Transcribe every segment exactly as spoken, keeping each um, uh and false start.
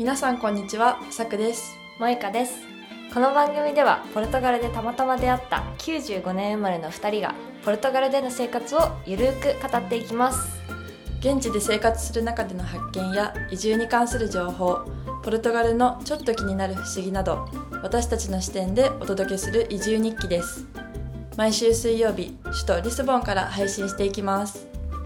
皆さんこんにちは、さくです。 萌香です。この番組ではポルトガルでたまたま出会ったきゅうじゅうごねん生まれのふたりがポルトガルでの生活をゆるく語っていきます。 現地で生活する中での発見や移住に関する情報、ポルトガルのちょっと気になる不思議など、私たちの視点でお届けする移住日記です。毎週水曜日、首都リスボンから配信していきます。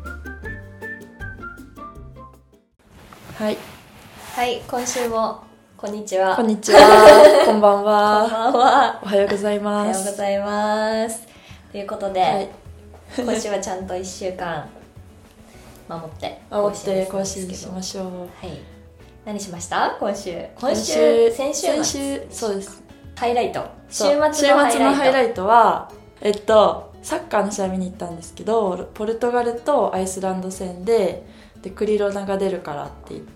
はいはい、今週もこんにちは。 こんにちは。こんばんは。 こんばんは。 おはようございます。 おはようございます。ということで、はい、今週はちゃんといっしゅうかん守って更新更新しましょう。 はい。何しました？今週。今週、 週先週末。 先週、そうです。 ハイライト。週末のハイライト。 週末のハイライトは、えっとサッカーの試合見に行ったんですけど、ポルトガルとアイスランド戦で、でクリロナが出るからって言って、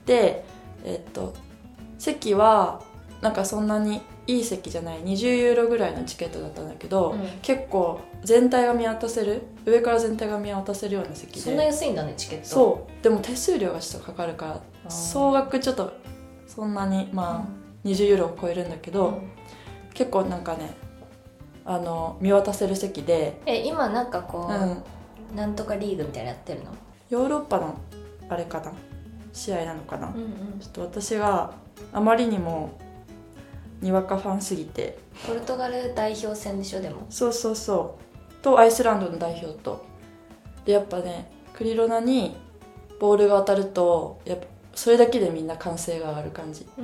えっと席はなんかそんなにいい席じゃないにじゅうユーロぐらいのチケットだったんだけど、うん、結構全体が見渡せる、上から全体が見渡せるような席で、 そんな安いんだねチケット。 そうでも手数料がちょっとかかるから総額ちょっとそんなにまあ、うん、にじゅうユーロを超えるんだけど、うん、結構なんかねあの見渡せる席で、 え今なんかこう、うん、なんとかリーグみたいなやってるの？ ヨーロッパのあれかな試合なのかな、 うんうん、 ちょっと私があまりにもにわかファンすぎて。 ポルトガル代表戦でしょ？でもそうそうそうとアイスランドの代表とで、やっぱねクリロナにボールが当たるとやっぱそれだけでみんな歓声が上がる感じ、 うん、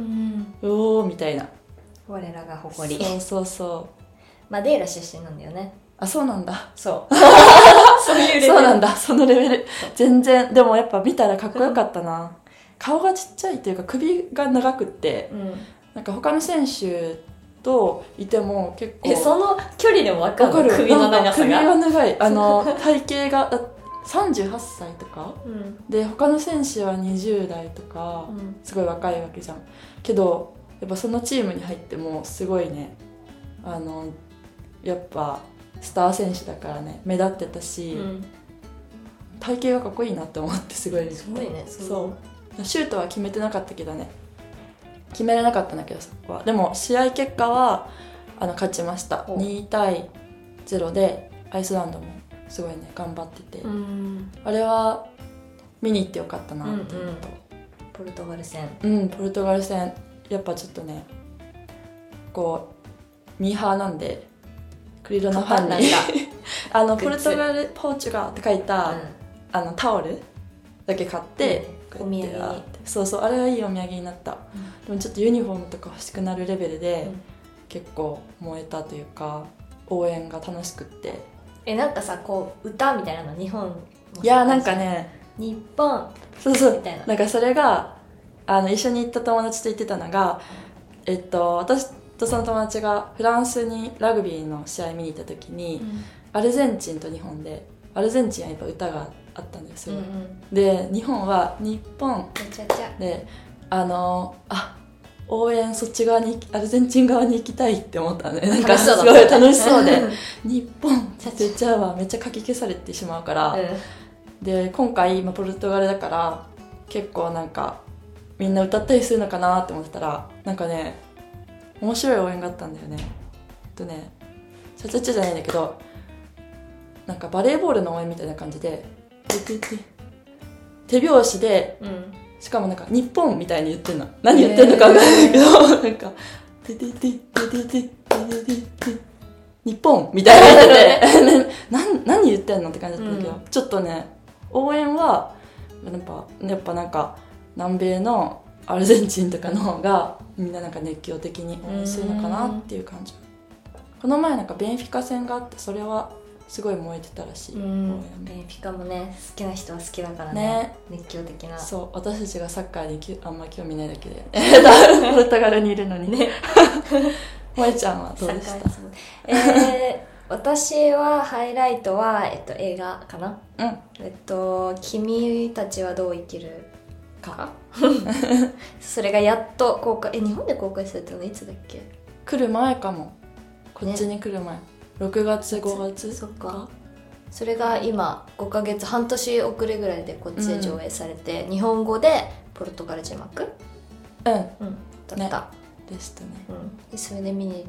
おーみたいな、 我らが誇り。 そうそうそう、 マデイラ出身なんだよね。 あ、そうなんだ。 そうそういうレベル。 そうなんだ、そのレベル。全然でもやっぱ見たらかっこよかったな。顔がちっちゃいっていうか首が長くって、うん、なんか他の選手といても結構、 えその距離でも分かる？首の長さが。首が長い、あの体型がさんじゅうはっさいとか、うん、で他の選手はにじゅう代とか、うん、すごい若いわけじゃんけど、やっぱそのチームに入ってもすごいね、あのやっぱスター選手だからね目立ってたし、うん、体型がかっこいいなって思って、すごいすごいね。 そうシュートは決めてなかったけどね、決めれなかったんだけどそこは。でも試合結果はあの勝ちました。にたいゼロでアイスランドもすごいね頑張ってて、うん、あれは見に行ってよかったなっていうのと、うんうん、 ポルトガル戦うんポルトガル戦やっぱちょっとねこうミーハーなんでクリロナファンにあのポルトガルポーチュガーって書いた、うん、あのタオルだけ買って、 うん、お土産に。 そうそう、あれはいいお土産になった、うん、でもちょっとユニフォームとか欲しくなるレベルで、うん、結構燃えたというか応援が楽しくって。 えなんかさこう歌みたいなの日本もいやなんかね日本そうそうみたいな、 なんかそれがあの一緒に行った友達と言ってたのが、えっと私とその友達がフランスにラグビーの試合見に行った時に、うん、アルゼンチンと日本で、アルゼンチンはやっぱ歌があったんですよ、うんうん、で日本は日本であのあ応援そっち側にアルゼンチン側に行きたいって思ったね。なんかすごい楽しそうで日本って言っちゃうわ、めっちゃ書き消されてしまうから、うん、で今回今ポルトガルだから結構なんかみんな歌ったりするのかなって思ってたら、なんかね面白い応援があったんだよね。えっとねチャチャチャじゃないんだけど、なんかバレーボールの応援みたいな感じで手拍子で、うん、しかもなんか日本みたいに言ってんの、何言ってんのか分かんないけど、なんかテテテテテテテテ日本みたいな感じで何何言ってんのって感じだったんだけど、うん、ちょっとね応援はやっぱやっぱなんか南米のアルゼンチンとかの方がみんななんか熱狂的に応援するのかなっていう感じ。この前なんかベンフィカ戦があって、それはすごい燃えてたらしい。ベンフィカもね好きな人は好きだから ね, ね熱狂的な。 そう、私たちがサッカーにあんま興味ないだけでポルトガルにいるのにね萌ちゃんはどうでした？ えー、私はハイライトは、えっと、映画かな、 うん、 えっと君たちはどう生きるかそれがやっと公開、え日本で公開されたのいつだっけ？ 来る前かも、こっちに来る前、ね、ろくがつごがつ。 そっか、それが今ごかげつ半年遅れぐらいでこっちで上映されて、うん、日本語でポルトガル字幕うんうんだった、 ねでしたね。 うん、でそれで見に行って、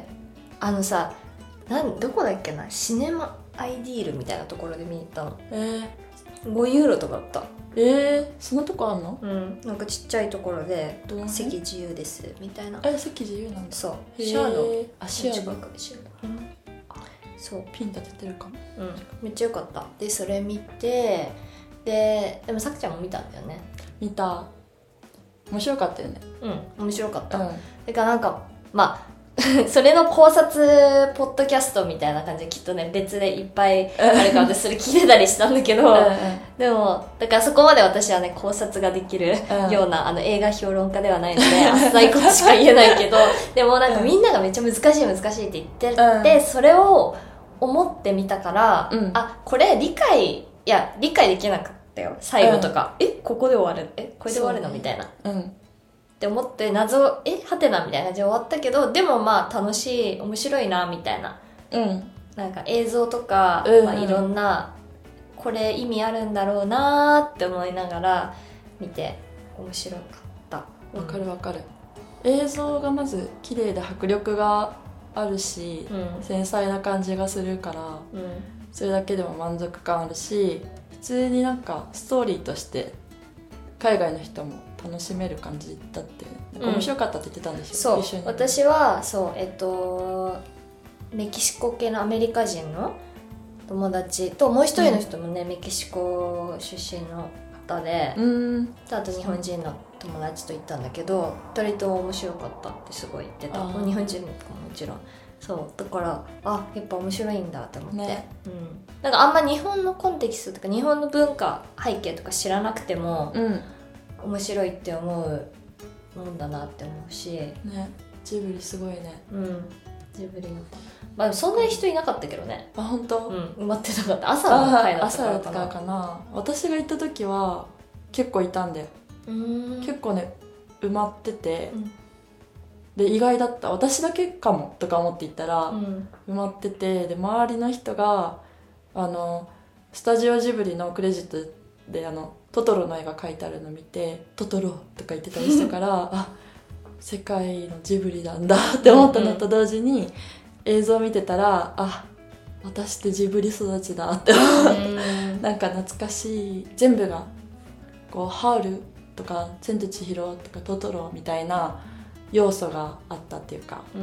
あのさなんどこだっけな、シネマアイディールみたいなところで見に行ったの。 えー、 ごユーロとかだった。 えー、そんなとこあんの？ うん、なんかちっちゃいところでどう席自由ですみたいな。 え、席自由なんだ。 そうへーシャアのあシャア近のくシャアの、うん、そうピン立ててるかも。 うん、めっちゃ良かった。でそれ見て、ででもさくちゃんも見たんだよね。 見た。面白かったよね。 うん面白かった、 うんてかなんかまあそれの考察ポッドキャストみたいな感じできっとね別でいっぱいあるから私それ聞いてたりしたんだけどうんうんでもだからそこまで私はね考察ができるうんような、あの映画評論家ではないのであっさいことしか言えないけどでもなんかみんながめっちゃ難しい難しいって言ってて、 うんそれを思ってみたから、 うんあこれ理解いや理解できなかったよ最後とか、うん、えここで終わるえこれで終わるの、ね、みたいなうんって思って謎えはてなみたいな感じで終わったけど、でもまあ楽しい面白いなみたいな、 うんなんか映像とか、 うんまあ、いろんなこれ意味あるんだろうなって思いながら見て面白かった。 わかるわかる。映像がまず綺麗で迫力があるし、 うん、 繊細な感じがするから、 うん、 それだけでも満足感あるし、普通になんかストーリーとして海外の人も楽しめる感じだって、なんか面白かったって言ってたんでしょ、 そう一緒に。 私はそうえっとメキシコ系のアメリカ人の友達ともう一人の人もね、うん、メキシコ出身の方で、 うん、 あと日本人の友達と行ったんだけどふたりとも面白かったってすごい言ってた。日本人とかももちろんそうだからあやっぱ面白いんだと思って、ねうん、なんかあんま日本のコンテキストとか日本の文化背景とか知らなくても、うん、面白いって思うもんだなって思うし、ね、 ジブリすごいね。 うんジブリのまあでもそんなに人いなかったけどね。 あ本当？ うん埋まってなかった。朝の回だったからかな。 朝だったかな。私が行った時は結構いたんだよ。 うーん結構ね埋まってて、 うん、 で意外だった。私だけかもとか思って行ったら、 うん、 埋まってて、で周りの人があのスタジオジブリのクレジットであのトトロの絵が描いてあるのを見てトトロとか言ってたりしたからあ世界のジブリなんだって思ったのと同時に、うん、映像を見てたらあ私ってジブリ育ちだって思ってなんか懐かしい全部がこうハウルとか千と千尋とかトトロみたいな要素があったっていうか、うん、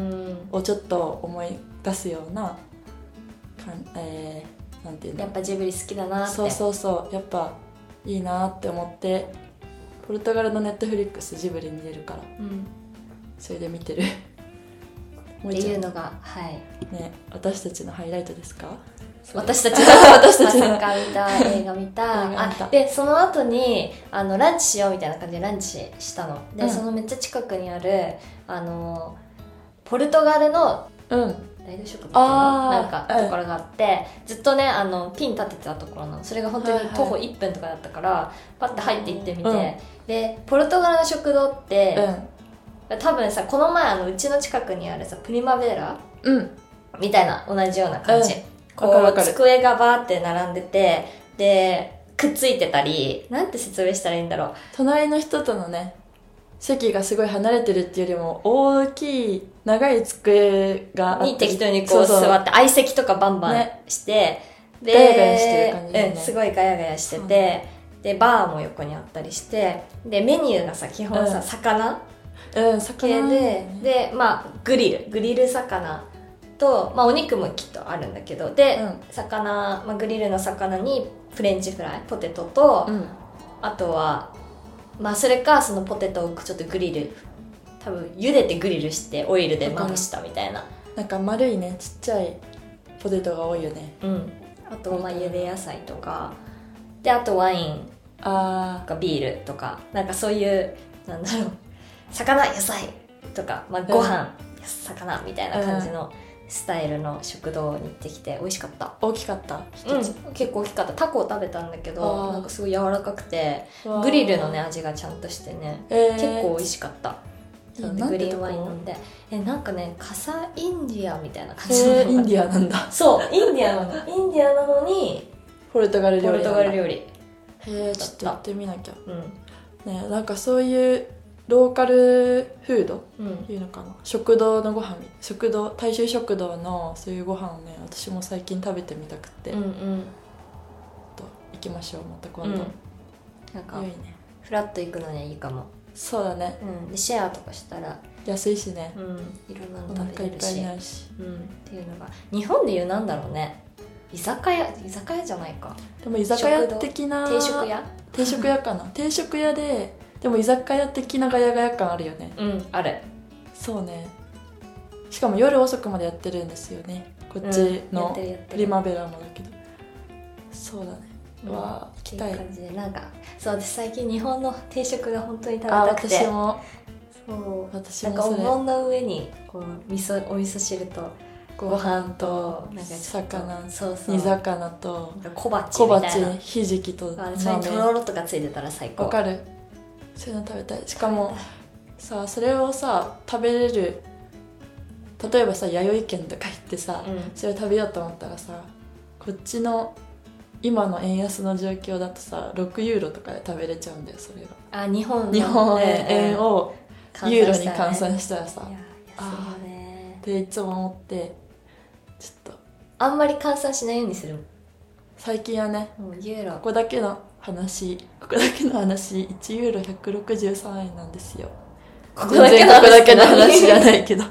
をちょっと思い出すようなかん、えー、なんていうのやっぱジブリ好きだなってそうそうそうやっぱいいなって思ってポルトガルのネットフリックスジブリ見れるから、うん、それで見てるっていうのがはいね私たちのハイライトですか私たちの私たちのまさか見た映画見たあでその後にあのランチしようみたいな感じでランチしたので、うん、そのめっちゃ近くにあるあのポルトガルの、うん大同食堂なんかところがあって、うん、ずっとねあのピン立ててたところなのそれが本当に徒歩いっぷんとかだったから、はいはい、パッて入っていってみて、うん、でポルトガルの食堂って、うん、多分さこの前あのうちの近くにあるさプリマベラ、うん、みたいな同じような感じ、うん、こう机がバーって並んでてでくっついてたりなんて説明したらいいんだろう隣の人とのね席がすごい離れてるっていうよりも大きい長い机があってに適当にこう座って相席とかバンバンして、ね、でガヤガヤしてる感じで、ねうん、すごいガヤガヤしててでバーも横にあったりしてでメニューがさ基本さ、うん、魚うん魚で、ね、でまあグリルグリル魚と、まあ、お肉もきっとあるんだけどで、うん、魚、まあ、グリルの魚にフレンチフライポテトと、うん、あとはまあそれかそのポテトをちょっとグリル多分茹でてグリルしてオイルでまぶしたみたいななんか丸いねちっちゃいポテトが多いよねうんあとまあ茹で野菜とかであとワインあとかビールとかなんかそういうなんだろう魚野菜とか、まあ、ご飯、うん、魚みたいな感じのスタイルの食堂に行ってきて美味しかった大きかった一つ、うん、結構大きかったタコを食べたんだけどなんかすごい柔らかくてグリルのね味がちゃんとしてね、えー、結構美味しかったグリーンワイン飲んでえなんかねカサインディアみたいな感じの、 えー、インディアなんだそうインディアなのインディアなのにポルトガル料理ポルトガル料理へえちょっとやってみなきゃ、うんね、なんかそういうローカルフードっていうのかな、うん、食堂のご飯食堂大衆食堂のそういうご飯をね私も最近食べてみたくて、うんうん、と行きましょうまた今度、うん、 なんかいいねフラッと行くのにいいかも。 そうだね、 うん、でシェアとかしたら安いしね、 うん、いろんなの食べれるし、 いっぱいいないし、 うん、っていうのが日本でいうなんだろうね居酒屋居酒屋じゃないかでも居酒屋的な定食屋定食屋かな定食屋ででも居酒屋的なガヤガヤ感あるよね。 うんある。 そうねしかも夜遅くまでやってるんですよねこっちのプリマベラもだけど、うん、そうだね、うん、わー行きたいっていう感じでなんかそう私最近日本の定食が本当に食べたくてあ私もそう私もなんかお盆の上にこう味噌お味噌汁とご飯となんか魚そうそう煮魚と小鉢みたいな小鉢ひじきと豆それにとろろとかついてたら最高。 わかるそういうの食べたい。しかもさそれをさ食べれる例えばさ弥生県とか行ってさ、うん、それを食べようと思ったらさこっちの今の円安の状況だとさろくユーロとかで食べれちゃうんだよそれが。 あ日本の日本円をユーロに換算したらさ、 いや安いよねっていつも思ってちょっとあんまり換算しないようにする最近はね、 うん、ユーロここだけの話ここだけの話いちユーロひゃくろくじゅうさんえんなんですよ。 ここだけの話ここだけの話じゃないけど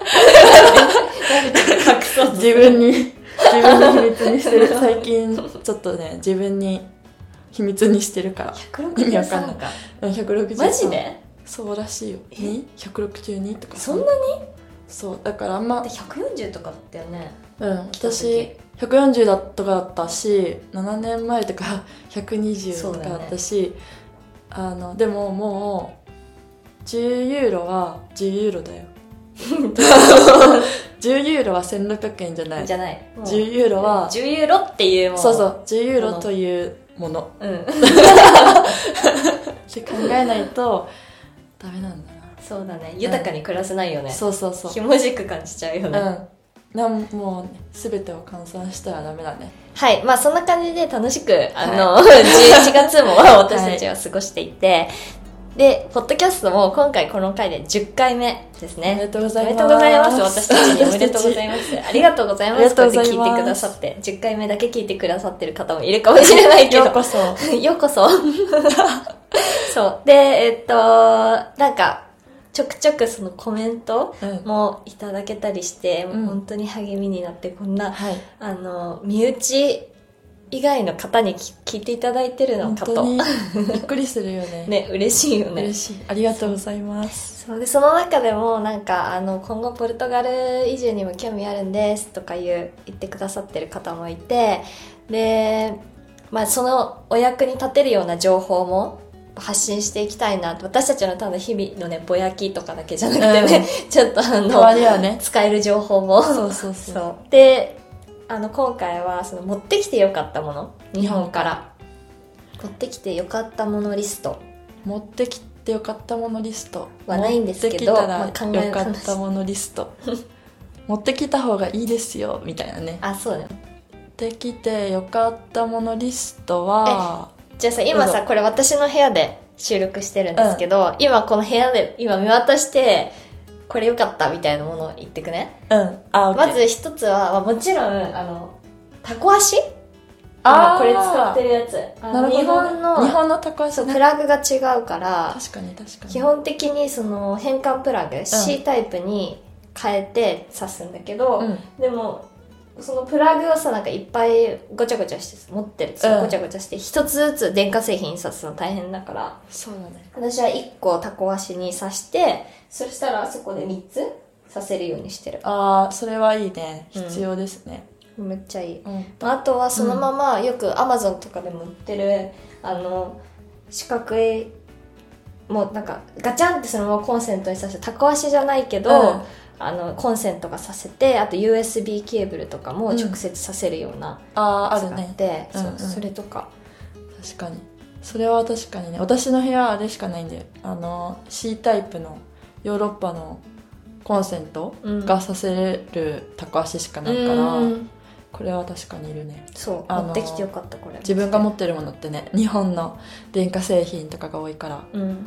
自分に自分に秘密にしてる最近ちょっとね自分に秘密にしてるからひゃくろくじゅうさんかひゃくろくじゅうさんマジでそうらしいよ。に ひゃくろくじゅうにとかそんなにそうだからあんまひゃくよんじゅうとかだったよね。 うん私ひゃくよんじゅうだとかだったしななねんまえとかひゃくにじゅうとかだったし、ね、あのでももうじゅうユーロはじゅうユーロだよじゅうユーロはせんろっぴゃくえんじゃないじゃないじゅうユーロはじゅうユーロっていうものそうそうじゅうユーロというものうんって考えないとダメなんだな。 そうだね豊かに暮らせないよね、うん、 そうそうそうひもじく感じちゃうよね。 うんなんもう、ね、全てを換算したらダメだね。 はいまあそんな感じで楽しくあの、はい、じゅういちがつも私たちは過ごしていて、はい、でポッドキャストも今回この回でじゅっかいめですね。 おめでとうございます。 おめでとうございます。私たちにおめでとうございます。ありがとうございます。こうやって聞いてくださってじゅっかいめだけ聞いてくださってる方もいるかもしれないけどようこそようこそそうでえっとなんかちょくちょくそのコメントもいただけたりして、うん、もう本当に励みになってこんな、はい、あの身内以外の方に聞いていただいてるのかと本当にびっくりするよねね嬉しいよね。 嬉しいありがとうございます。 そうでその中でもなんかあの今後ポルトガル移住にも興味あるんですとかいう言ってくださってる方もいてで、まあ、そのお役に立てるような情報も発信していきたいなと。私たちのただ日々のねぼやきとかだけじゃなくてね、うん、ちょっとあのたまにはね使える情報もそうそうそうそうであの今回はその持ってきてよかったもの日本から持ってきてよかったものリスト持ってきてよかったものリストはないんですけど持ってきたらよかったものリスト持ってきた方がいいですよみたいなね。 あそうね持ってきてよかったものリストはじゃあさ今さこれ私の部屋で収録してるんですけど、うん、今この部屋で今見渡してこれ良かったみたいなものを言ってくね。 うんあまず一つは、まあ、もちろんあのタコ足あこれ使ってるやつあの日本の日本のタコ足、ね、 プラグが違うから確かに確かに基本的にその変換プラグ、うん、C タイプに変えて挿すんだけど、うん、でもそのプラグをさなんかいっぱいごちゃごちゃして持ってるとさ、うん、ごちゃごちゃして一つずつ電化製品挿すの大変だからそうだね私はいっこタコ足に挿してそしたらそこでみっつ挿せるようにしてる。 ああそれはいいね必要ですね、 うん、めっちゃいい、うん、あとはそのままよく Amazon とかでも売ってるあの四角いもうなんかガチャンってそのままコンセントに挿してタコ足じゃないけど、うんあのコンセントがさせてあと ユーエスビー ケーブルとかも直接させるようなやつがあって、 うん、あ、あるね、 そう、うんうん、それとか確かにそれは確かにね私の部屋はあれしかないんであの C タイプのヨーロッパのコンセントがさせるタコ足しかないから、うん、これは確かにいるね。 そう持ってきてよかったこれ自分が持ってるものってね日本の電化製品とかが多いから、 うん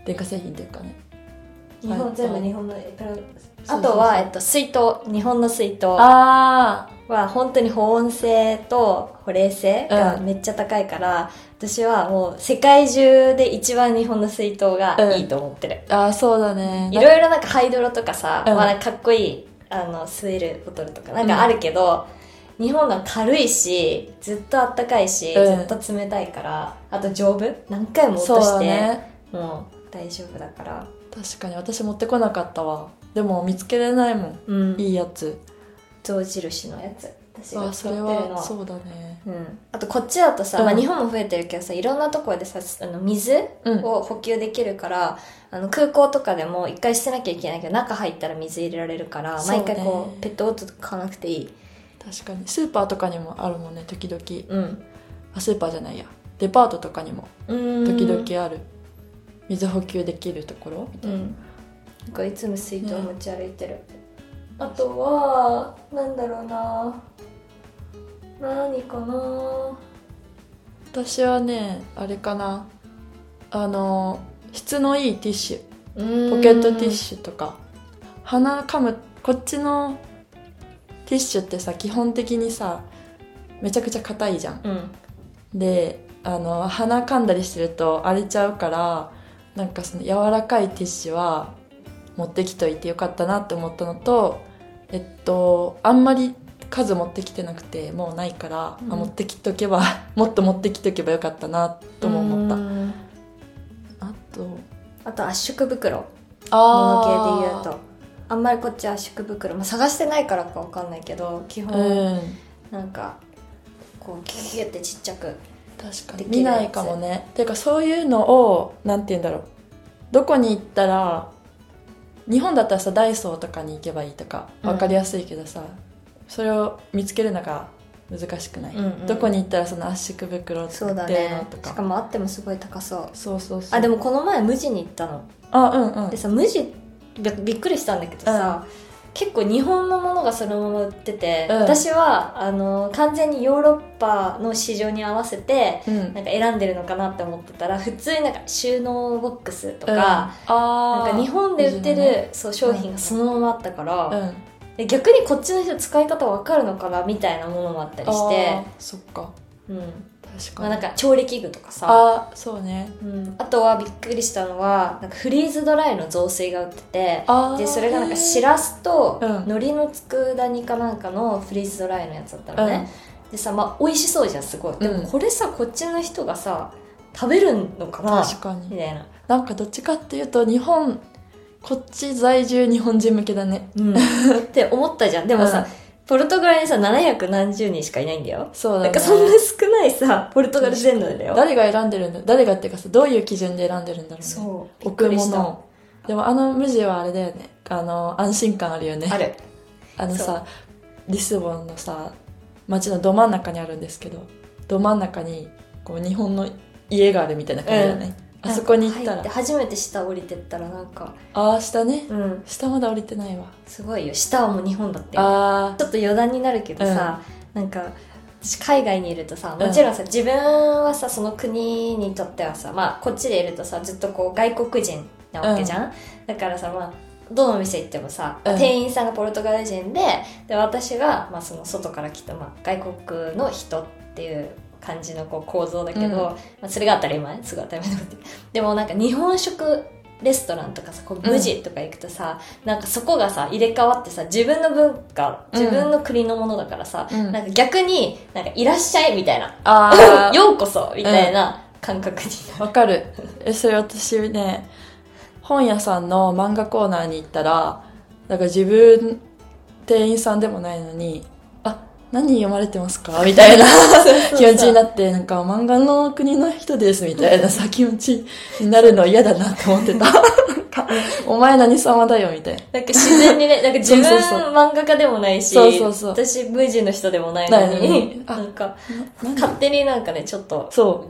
電化製品っていうかね、 日本、はい、全部日本のプラあとは、えっと、水筒、日本の水筒は本当に保温性と保冷性がめっちゃ高いから、うん、私はもう世界中で一番日本の水筒がいいと思ってる、 うん、ああそうだね、 いろいろなんかハイドロとかさ、うんまあ、かっこいいあの吸えるボトルとかなんかあるけど、うん、日本が軽いしずっとあったかいし、うん、ずっと冷たいから、あと丈夫、何回も落として、ね、もう大丈夫だから。 確かに私持ってこなかったわ。でも見つけれないもん、うん、いいやつ、 象印のやつ私が使ってるの。 あそれはそうだね、 うん、あとこっちだとさ、うんまあ、日本も増えてるけどさ、いろんなところでさあの水を補給できるから、うん、あの空港とかでも一回捨てなきゃいけないけど中入ったら水入れられるから、ね、毎回こうペットボトル買わなくていい。 確かにスーパーとかにもあるもんね時々、うん、あスーパーじゃないやデパートとかにも時々ある水補給できるところみたいな、うんなんかいつも水筒持ち歩いてる、ね、 あとはなんだろうな何かな私はねあれかなあの質のいいティッシュポケットティッシュとか鼻かむこっちのティッシュってさ基本的にさめちゃくちゃ硬いじゃん、うん、であの鼻かんだりしてると荒れちゃうからなんかその柔らかいティッシュは持ってきといてよかったなって思ったのと、えっとあんまり数持ってきてなくてもうないから、うん、あ持ってきとけばもっと持ってきとけばよかったなとも思ったあとあと圧縮袋物系で言うとあんまりこっち圧縮袋、まあ、探してないからか分かんないけど基本、うん、なんかこうギュギュってちっちゃく確かに見ないかもね。てかそういうのをなんて言うんだろうどこに行ったら日本だったらさダイソーとかに行けばいいとか分かりやすいけどさ、うん、それを見つけるのが難しくない、うんうん、どこに行ったらその圧縮袋っていうのとか、ね、 しかもあってもすごい高そうそうそうそうあでもこの前無地に行ったのあうんうんでさ無地びっくりしたんだけどさ、うん、結構日本のものがそのまま売ってて、うん、私はあの完全にヨーロッパの市場に合わせて、うん、なんか選んでるのかなって思ってたら普通になんか収納ボックスとか、うん、なんか日本で売ってる、ね、そう商品がそのままあったから、うん、で逆にこっちの人使い方わかるのかなみたいなものもあったりしてあそっかうん確かに、 まあ、なんか調理器具とかさあそうね、 うん、あとはびっくりしたのはなんかフリーズドライの雑炊が売っててでそれがなんかしらすと海苔の佃煮かなんかのフリーズドライのやつだったのね、うん、でさまあ美味しそうじゃんすごいでもこれさ、うん、こっちの人がさ食べるのかな確かにみたいななんかどっちかっていうと日本こっち在住日本人向けだね、 うん、って思ったじゃんでもさ、うんポルトガルにさななひゃくなんじゅうにんしかいないんだよそうだねなんかそんな少ないさポルトガル全土だよ誰が選んでるんだ誰がっていうかさどういう基準で選んでるんだろうねそう置くものでもあの無地はあれだよねあの安心感あるよねあるあのさリスボンのさ街のど真ん中にあるんですけどど真ん中にこう日本の家があるみたいな感じだね、うんあそこに行ったら初めて下降りてったらなんかああ下ね、うん、下まだ降りてないわすごいよ下はもう日本だってあちょっと余談になるけどさ、うん、なんか私海外にいるとさもちろんさ、うん、自分はさその国にとってはさまあこっちでいるとさずっとこう外国人なわけじゃん、うん、だからさまあどの店行ってもさ、うん、店員さんがポルトガル人でで私が、まあ、その外から来た、まあ、外国の人っていう感じのこう構造だけど、うんまあ、それが当たり前すぐ当たり前だってでもなんか日本食レストランとかさこう無地とか行くとさ、うん、なんかそこがさ入れ替わってさ自分の文化自分の国のものだからさ、うん、なんか逆になんかいらっしゃいみたいなあようこそみたいな感覚にわ、うん、かるえそれ私ね本屋さんの漫画コーナーに行ったらなんか自分店員さんでもないのに何読まれてますかみたいな気持ちになって、なんか漫画の国の人ですみたいなさ気持ちになるの嫌だなって思ってた。お前何様だよみたいな。 なんか自然にね、なんか自分そうそうそう漫画家でもないし、そうそうそう私無地の人でもないのに、な, なんかな勝手になんかね、ちょっと、そう。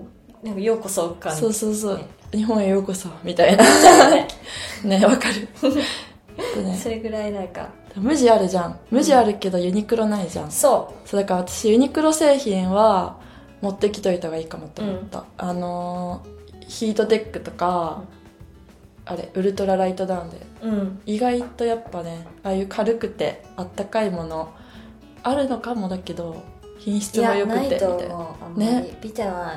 なんかようこそ感、 ね、そうそうそう。日本へようこそみたいな。ね、わかる。 ね、それぐらいなんか無地あるじゃん無地あるけどユニクロないじゃん、うん、そうそうだから私ユニクロ製品は持ってきといた方がいいかもって思った、うん、あのヒートテックとか、 あれウルトラライトダウンで、 うん、 意外とやっぱねああいう軽くてあったかいものあるのかもだけど品質も良くてみたいな。いやないと思う。 あんまり、ね、見てない。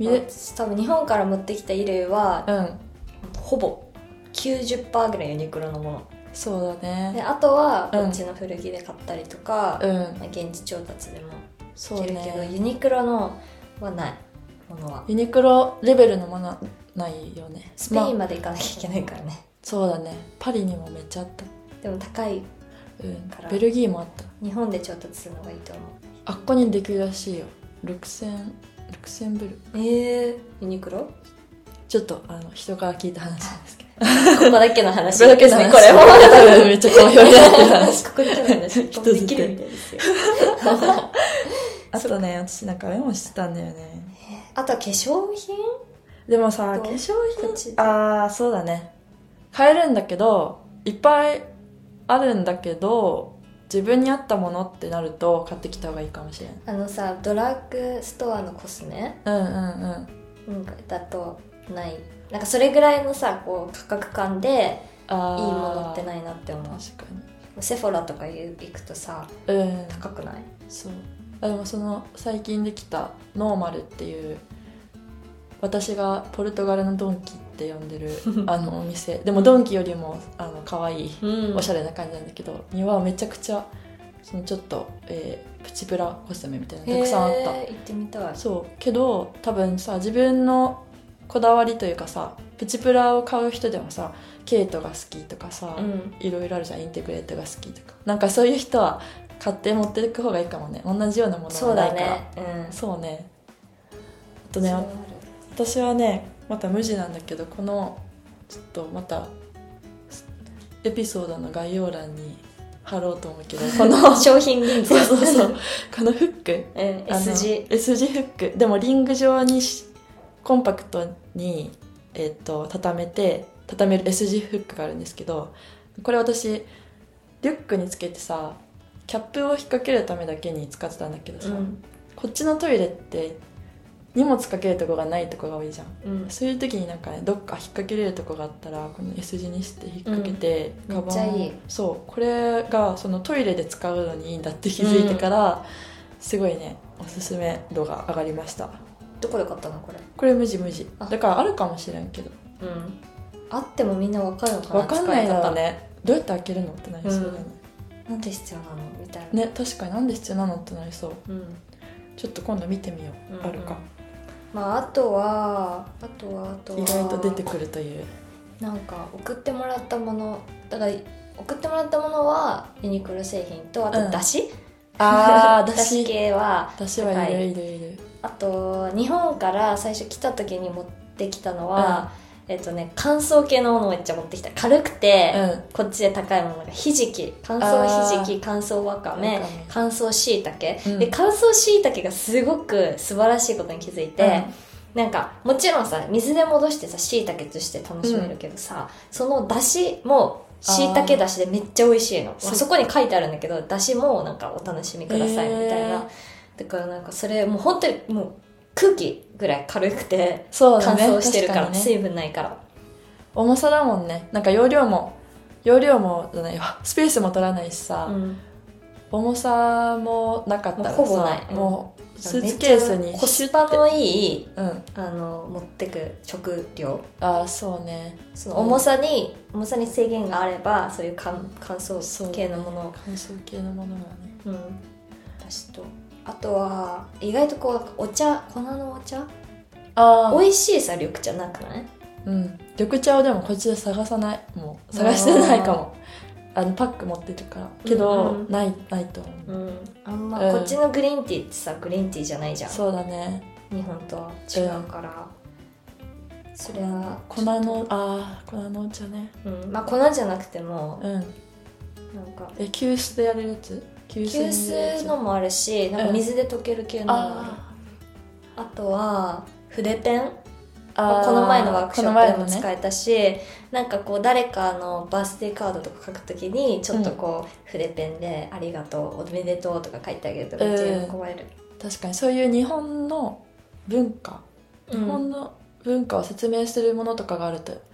私多分日本から持ってきた衣類は、うん、ほぼ きゅうじゅっパーセント ぐらいユニクロのもの。 そうだね。 であとはこっちの古着で買ったりとか、うんまあ、現地調達でもいけるけど、ね、ユニクロのはないものは。 ユニクロレベルのものはないよね。 スペインまで行かなきゃいけないからね、まあ、 そうだね。パリにもめっちゃあった。 でも高いから、うん、ベルギーもあった。 日本で調達するのがいいと思う。 あっこにできるらしいよ。ろくせんブル。 えー、ユニクロちょっとあの人から聞いた話なんですけどここだけの話ここだけの話、 これも多分めっちゃ好評になってる話ここだけの話人づてできるみたいですよあとね私なんかメモしてたんだよね。 あとは化粧品でもさ化粧品ああそうだね買えるんだけどいっぱいあるんだけど自分に合ったものってなると買ってきた方がいいかもしれん。 あのさドラッグストアのコスメうんうんうんだとないなんかそれぐらいのさこう価格感でいいものってないなって思う。 確かにセフォラとか行くとさ、うん、高くない？ そうあでもその最近できたノーマルっていう私がポルトガルのドンキって呼んでるあのお店でもドンキよりもあの可愛い、うん、おしゃれな感じなんだけどにはめちゃくちゃそのちょっと、えー、プチプラコスメみたいなのたくさんあった。 行ってみたい。 そうけど多分さ自分のこだわりというかさプチプラを買う人でもさケイトが好きとかさ、うん、いろいろあるじゃん。インテグレートが好きとかなんかそういう人は買って持っていく方がいいかもね。同じようなものがないから。 そうだね、うん、 そうね。あとね私はねまた無地なんだけどこのちょっとまたエピソードの概要欄に貼ろうと思うけどこの商品リンクそうそうそうこのフック、 うん、S 字 S 字フックでもリング状にコンパクトに、えー、と畳めて畳める S 字フックがあるんですけどこれ私リュックにつけてさキャップを引っ掛けるためだけに使ってたんだけどさ、うん、こっちのトイレって荷物かけるとこがないとこが多いじゃん、うん、そういう時になんかねどっか引っ掛けれるとこがあったらこの S 字にして引っ掛けて、 うん、カバンめっちゃいい。 そうこれがそのトイレで使うのにいいんだって気づいてから、うん、すごいねおすすめ度が上がりました。 どこで買ったのこれ？ これ無地無地だからあるかもしれんけど、 うん、あってもみんな分かるのかな。 分かんないだろうね。どうやって開けるのってなりそうだね、 うん、なんで必要なのみたいなね。確かになんで必要なのってなりそう、うん、ちょっと今度見てみよう、うんうん、あるか。 まああとはあとはあとは意外と出てくるというなんか送ってもらったものだから送ってもらったものはユニクロ製品とあとだし、うん、 あだし系はだしはいるいるいる。 あと日本から最初来た時に持ってきたのは、うん、えっとね乾燥系のものをめっちゃ持ってきた。軽くて、うん、こっちで高いものがひじき乾燥ひじき乾燥わかめ乾燥しいたけ、うん、で乾燥しいたけがすごく素晴らしいことに気づいて、うん、なんかもちろんさ水で戻してさしいたけとして楽しめるけどさ、うん、そのだしもしいたけだしでめっちゃ美味しいの。そ, そこに書いてあるんだけどだしもなんかお楽しみくださいみたいな。だからなんかそれもう本当にもう空気ぐらい軽くて乾燥してるから、ね、水分ないから重さだもんね。なんか容量も容量もじゃないわスペースも取らないしさ、うん、重さもなかったらさもうほぼない、 うん、もうスーツケースにコスパのいい、うん、あの持ってく食料。 ああそうね。 その重さに重さに制限があればそういう乾乾燥系のもの、ね、 乾燥系のものがね。 うん。私とあとは意外とこうお茶粉のお茶あ美味しいさ緑茶なくない？ うん緑茶をでもこっちで探さない。もう探してないかも。あのパック持ってるからけど、うんうん、ないないと思う、うん、 あんま、うん、こっちのグリーンティーってさグリーンティーじゃないじゃん。 そうだね日本とは違うから、うん、それは粉のあ粉のお茶ね、 うん、まあ粉じゃなくても、うん、なんかえ急須でやるやつ急須のもあるしなんか水で溶ける系のもある、うん、あ, あとは筆ペンあこの前のワークショップでも使えたし、ね、なんかこう誰かのバースデーカードとか書くときにちょっとこう、うん、筆ペンでありがとうおめでとうとか書いてあげるとめっちゃ喜ばれる、 うん、確かにそういう日本の文化、うん、日本の文化を説明するものとかがあると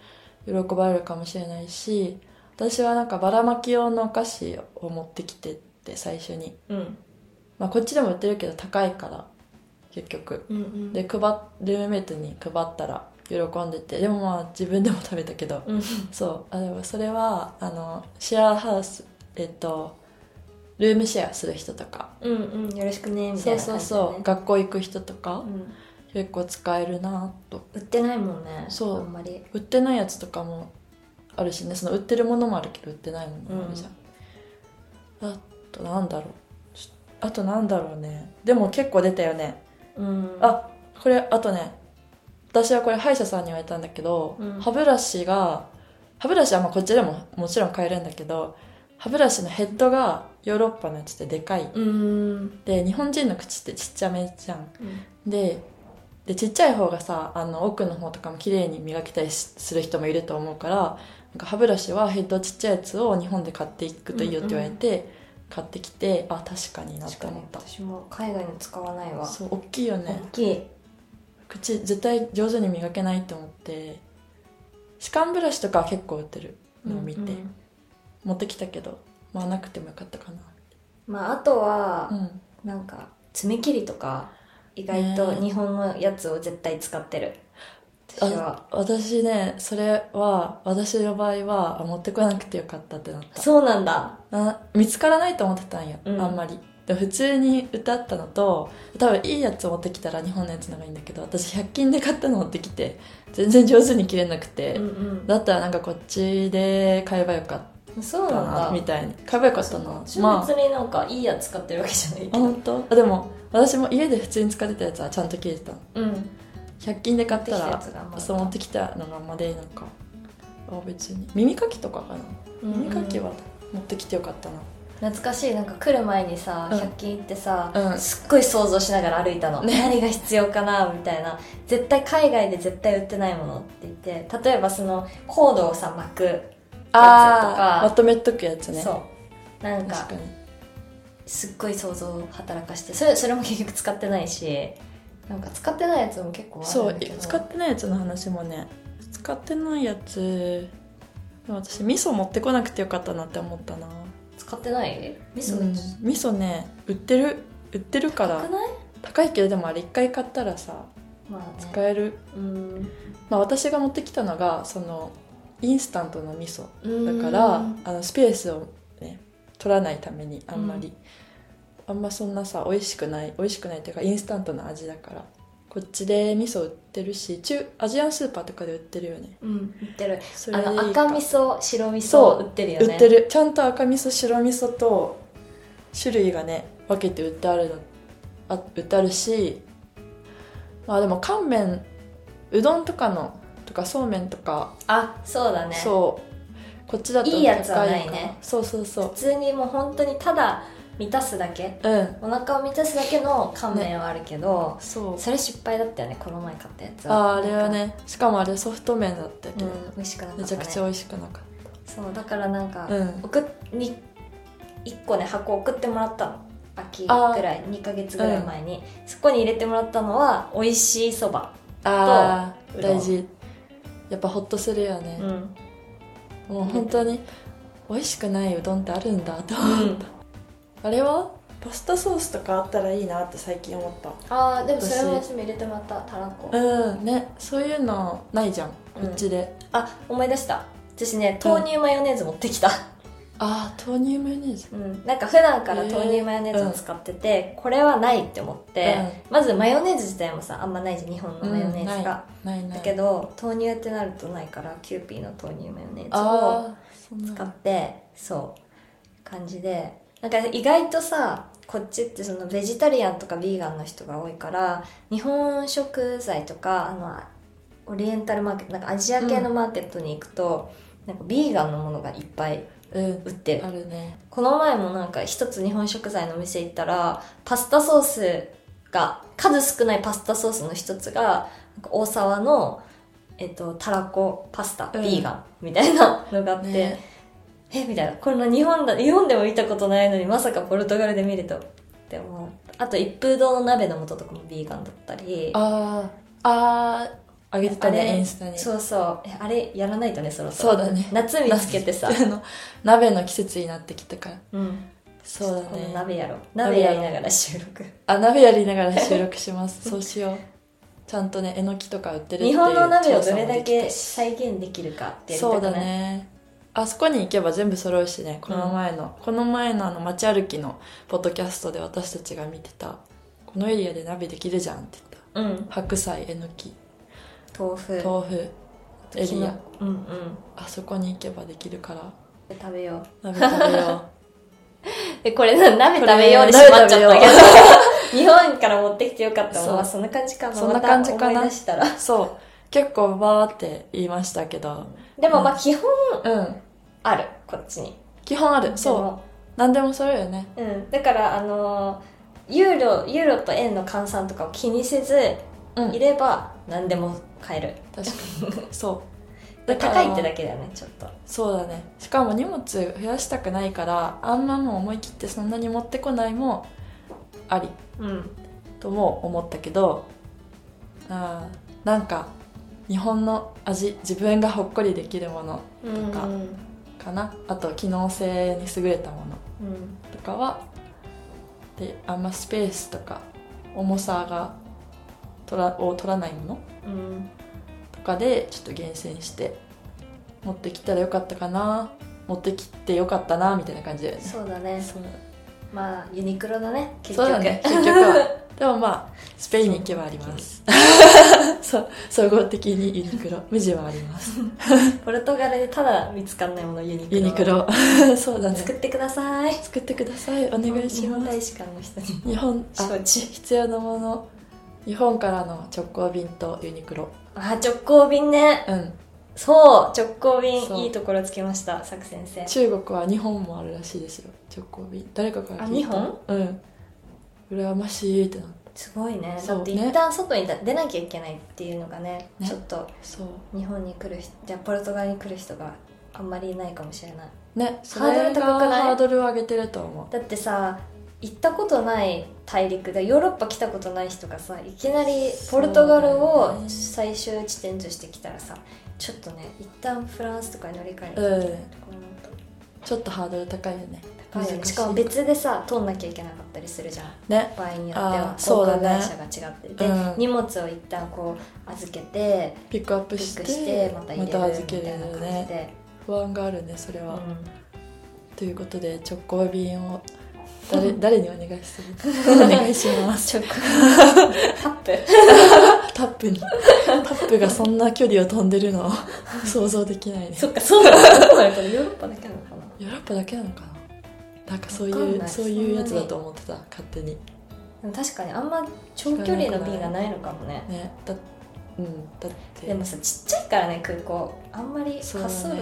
喜ばれるかもしれないし、私はなんかばらまき用のお菓子を持ってきてって最初に、 うんまあ、こっちでも売ってるけど高いから結局、 うんうん、 で配ルームメイトに配ったら喜んでて、でもまあ自分でも食べたけど、 うん、 そうあでもそれはあのシェアハウスえっとルームシェアする人とか、 うんうん、よろしくねみたいな感じで、ね、 そうそうそう学校行く人とか、 うん、 結構使えるなと。 売ってないもんね。 そうあんまり売ってないやつとかもあるしね、その売ってるものもあるけど売ってないものもあるじゃん、うん、あとなんだろうあとなんだろうね、でも結構出たよね、 うん、 あこれあとね、私はこれ歯医者さんに言われたんだけど、うん、歯ブラシが歯ブラシはまあこっちでももちろん買えるんだけど、歯ブラシのヘッドがヨーロッパのやつってでかい、 うん、 で日本人の口ってちっちゃめじゃん、 うん、 ででちっちゃい方がさ、あの奥の方とかも綺麗に磨けたりする人もいると思うから、なんか歯ブラシはヘッドちっちゃいやつを日本で買っていくといいよって言われて、うんうん、買ってきて、あ確かになって思った。 私も海外の使わないわ。 そう大きいよね。 大きい。 口絶対上手に磨けないと思って、歯間ブラシとかは結構売ってるのを見て、うんうん、持ってきたけどまあなくてもよかったかな。 まああとは、 うん、 なんか爪切りとか意外と日本のやつを絶対使ってる、私は。 私ね、それは私の場合は持ってこなくてよかったってなった。 そうなんだ。 な見つからないと思ってたんよ、うん、あんまり。で普通に歌ったのと、多分いいやつを持ってきたら日本のやつの方がいいんだけど、私ひゃく均で買ったの持ってきて全然上手に切れなくて、うんうん、だったらなんかこっちで買えばよかったそうなんだみたいに買えばよかったな。 私も別になんかいいやつ使ってるわけじゃないけど、 まあ、本当？あでも私も家で普通に使ってたやつはちゃんと切れてたの。うんひゃく均で買ったらそう持ってきたのがまでなんかあ別に耳かきとかかな、うんうん、耳かきは持ってきてよかったな。 懐かしい。なんか来る前にさ、うん、ひゃく均行ってさ、うん、すっごい想像しながら歩いたの、ね、何が必要かなみたいな。絶対海外で絶対売ってないものって言って、例えばそのコードをさ巻くやつとかまとめとくやつね。 そうなんかすっごい想像を働かして、それ、それも結局使ってないし、なんか使ってないやつも結構あるんだけど。 そう使ってないやつの話もね、使ってないやつでも私味噌持ってこなくてよかったなって思ったな。 使ってない味噌、うん、 味噌ね売ってる売ってるから高くない？ 高いけど、でもあれ一回買ったらさ、まあね、使える。うんまあ私が持ってきたのがそのインスタントの味噌だから、あのスペースをね取らないためにあんまり、うん、あんまそんなさ美味しくない美味しくないっていうかインスタントの味だから、こっちで味噌売ってるし、中アジアンスーパーとかで売ってるよね。 うん売ってる。それでいいか。あの赤味噌白味噌売ってるよね。 売ってる。ちゃんと赤味噌白味噌と種類がね分けて売ってあるのあ売ってあるし、まあでも乾麺うどんとかのとかそうめんとか、 あそうだね、 そうこっちだと高いいいやつはないね。 そうそうそう、 普通にもう本当にただ満たすだけ、うん、お腹を満たすだけの乾麺はあるけど、ね、そうそれ失敗だったよね、この前買ったやつは。 ああれはね、しかもあれソフト麺だったけど、うん、 美味しくなかったね。 めちゃくちゃ美味しくなかった。 そうだからなんか、うん、送にいっこね箱送ってもらったの、秋ぐらいにかげつぐらい前に、うん、そこに入れてもらったのは美味しいそばとあ大事。やっぱホッとするよね、うん、もう本当に美味しくないうどんってあるんだと思った、うん、あれはパスタソースとかあったらいいなって最近思った。 あーでもそれも私も入れてもらった。たらこうんね、そういうのないじゃんこっちで、 うん、あ思い出した。私ね豆乳マヨネーズ持ってきた、うん、 あー豆乳マヨネーズ、 うん、なんか普段から豆乳マヨネーズを使ってて、えーうん、これはないって思って、うん、まずマヨネーズ自体もさあんまないじゃん日本のマヨネーズが、うん、ないないないだけど豆乳ってなるとないからキューピーの豆乳マヨネーズを使ってそう感じで、なんか意外とさこっちってそのベジタリアンとかビーガンの人が多いから、日本食材とかあのオリエンタルマーケットなんかアジア系のマーケットに行くと、うん、なんかビーガンのものがいっぱい売ってる、うん、あるね。この前もなんか一つ日本食材のお店行ったらパスタソースが数少ないパスタソースの一つがなんか大沢の、えっと、たらこパスタ、うん、ビーガンみたいなのがあって、ね、えみたいな、これ日本だ日本でも見たことないのにまさかポルトガルで見るとって思う。あと一風堂の鍋の素とかもビーガンだったり。 あーああげてたねインスタに。 そうそうえあれやらないとねそろそろ。そうだね、 夏見つけてさの鍋の季節になってきたから。 うん、 そうだね。 鍋やろう。鍋やりながら収録。 あ、鍋やりながら収録しますそうしよう。ちゃんとねえのきとか売ってるっていう日本の鍋をどれだけ再現できるかってやりたくない？ そうだね。あそこに行けば全部揃うしね。この前の、うん、この前のあの街歩きのポッドキャストで私たちが見てたこのエリアで鍋できるじゃんって言った、うん、白菜、えのき、 豆腐豆腐エリア、 うんうん、 あそこに行けばできるから食べよう。鍋食べようでこれ鍋食べようで閉まっちゃったけど日本から持ってきてよかったもん。そんな感じか。 そんな感じかな。 また思い出したらそう結構バーって言いましたけど、 でもまあ基本、 うん、 あるこっちに基本ある。そう何でもそれよね。 うん、だからあのユーロユーロと円の換算とかを気にせずいれば何でも買える、 うん、確かにそう高いってだけだよねちょっと。 そうだね。しかも荷物増やしたくないからあんまもう思い切ってそんなに持ってこないもあり、うん、とも思ったけど、あなんか日本の味、自分がほっこりできるものとかかな、うん、あと機能性に優れたものとかは、うん、であんまスペースとか重さが取らを取らないもの、うん、とかでちょっと厳選して持ってきたらよかったかな、持ってきてよかったなみたいな感じだよね。 そうだね。そうまあユニクロだね結局。 そうだね結局はでもまあスペインに行けばありますそう総合的にユニクロ無地はありますポルトガルでただ見つかんないものユニクロユニクロそうだね。 作ってください作ってくださいお願いします。日本大使館の人に日本あ必要なもの、日本からの直行便とユニクロ。 あ直行便ね。うんそう直行便いいところつきました。さく先生。 中国はにほんもあるらしいですよ直行便。誰かから聞いた。あにほん？うん羨ましいってなって。 すごいね。だって一旦外に出なきゃいけないっていうのが ね, ねちょっとそう日本に来る人じゃあポルトガルに来る人があんまりいないかもしれないね。それがハードル高くない？ハードルを上げてると思う。 だってさ行ったことない大陸でヨーロッパ来たことない人がさいきなりポルトガルを最終地点としてきたらさちょっとね一旦フランスとかに乗り換える、うん、 ちょっとハードル高いよね。 高いよね。しかも別でさ通んなきゃいけなかったりするじゃん、ね、場合によっては航空会社が違ってて、ねうん、荷物を一旦こう預けてピックアップしてしてまた入れるみたいな感じで、 ね、不安があるねそれは、うん、ということで直行便を誰, 誰にお願いするお願いしますタップタップにタップがそんな距離を飛んでるのを想像できないね。 そっかそうなのヨーロッパだけなのかな。 ヨーロッパだけなのかな。なんかそういうそういうやつだと思ってた勝手に。 でも確かにあんま長距離の便がないのかもね。 ねだうんだってでもさちっちゃいからね空港あんまり滑走路とかも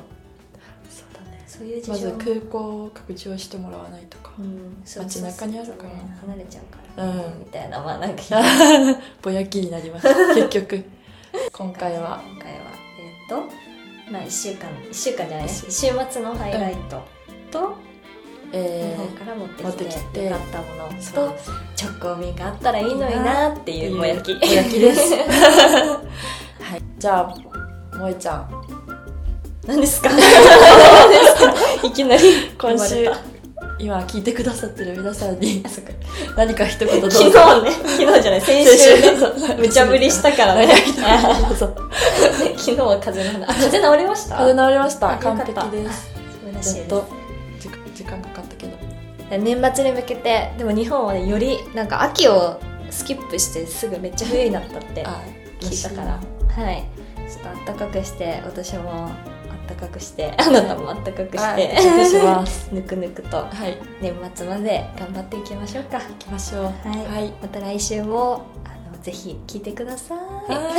そういう事情まず空港を拡張してもらわないとか、うん、街中にあるから、ね、 離れちゃうから、うん、みたいなまあなんかぼやきになりました結局今回は今回はえー、っとまあいっしゅうかんいっしゅうかんじゃないね週末のハイライトと、うんえー、日本から持ってきてよかったものと直行便があったらいいのになっていうぼやきぼやきですはいじゃあ萌えちゃん何ですかいきなり今週今聞いてくださってる皆さんに何か一言どうぞ。 昨日ね昨日じゃない先週ね無茶ぶりしたからね昨日は風邪の話あ風邪治りました風邪治りました完璧ですずっと時間かかったけど年末に向けてでも日本はねよりなんか秋をスキップしてすぐめっちゃ冬になったって聞いたからはいちょっと暖かくして私も暖かくしてあなたも暖かくしてぬくぬくと年末まで頑張っていきましょうか。いきましょう、 はいはい、また来週もあのぜひ聞いてください、はい、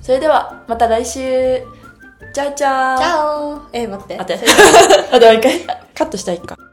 それではまた来週チャオチャオチャオえ待って待ってあともう一回カットしたらいいか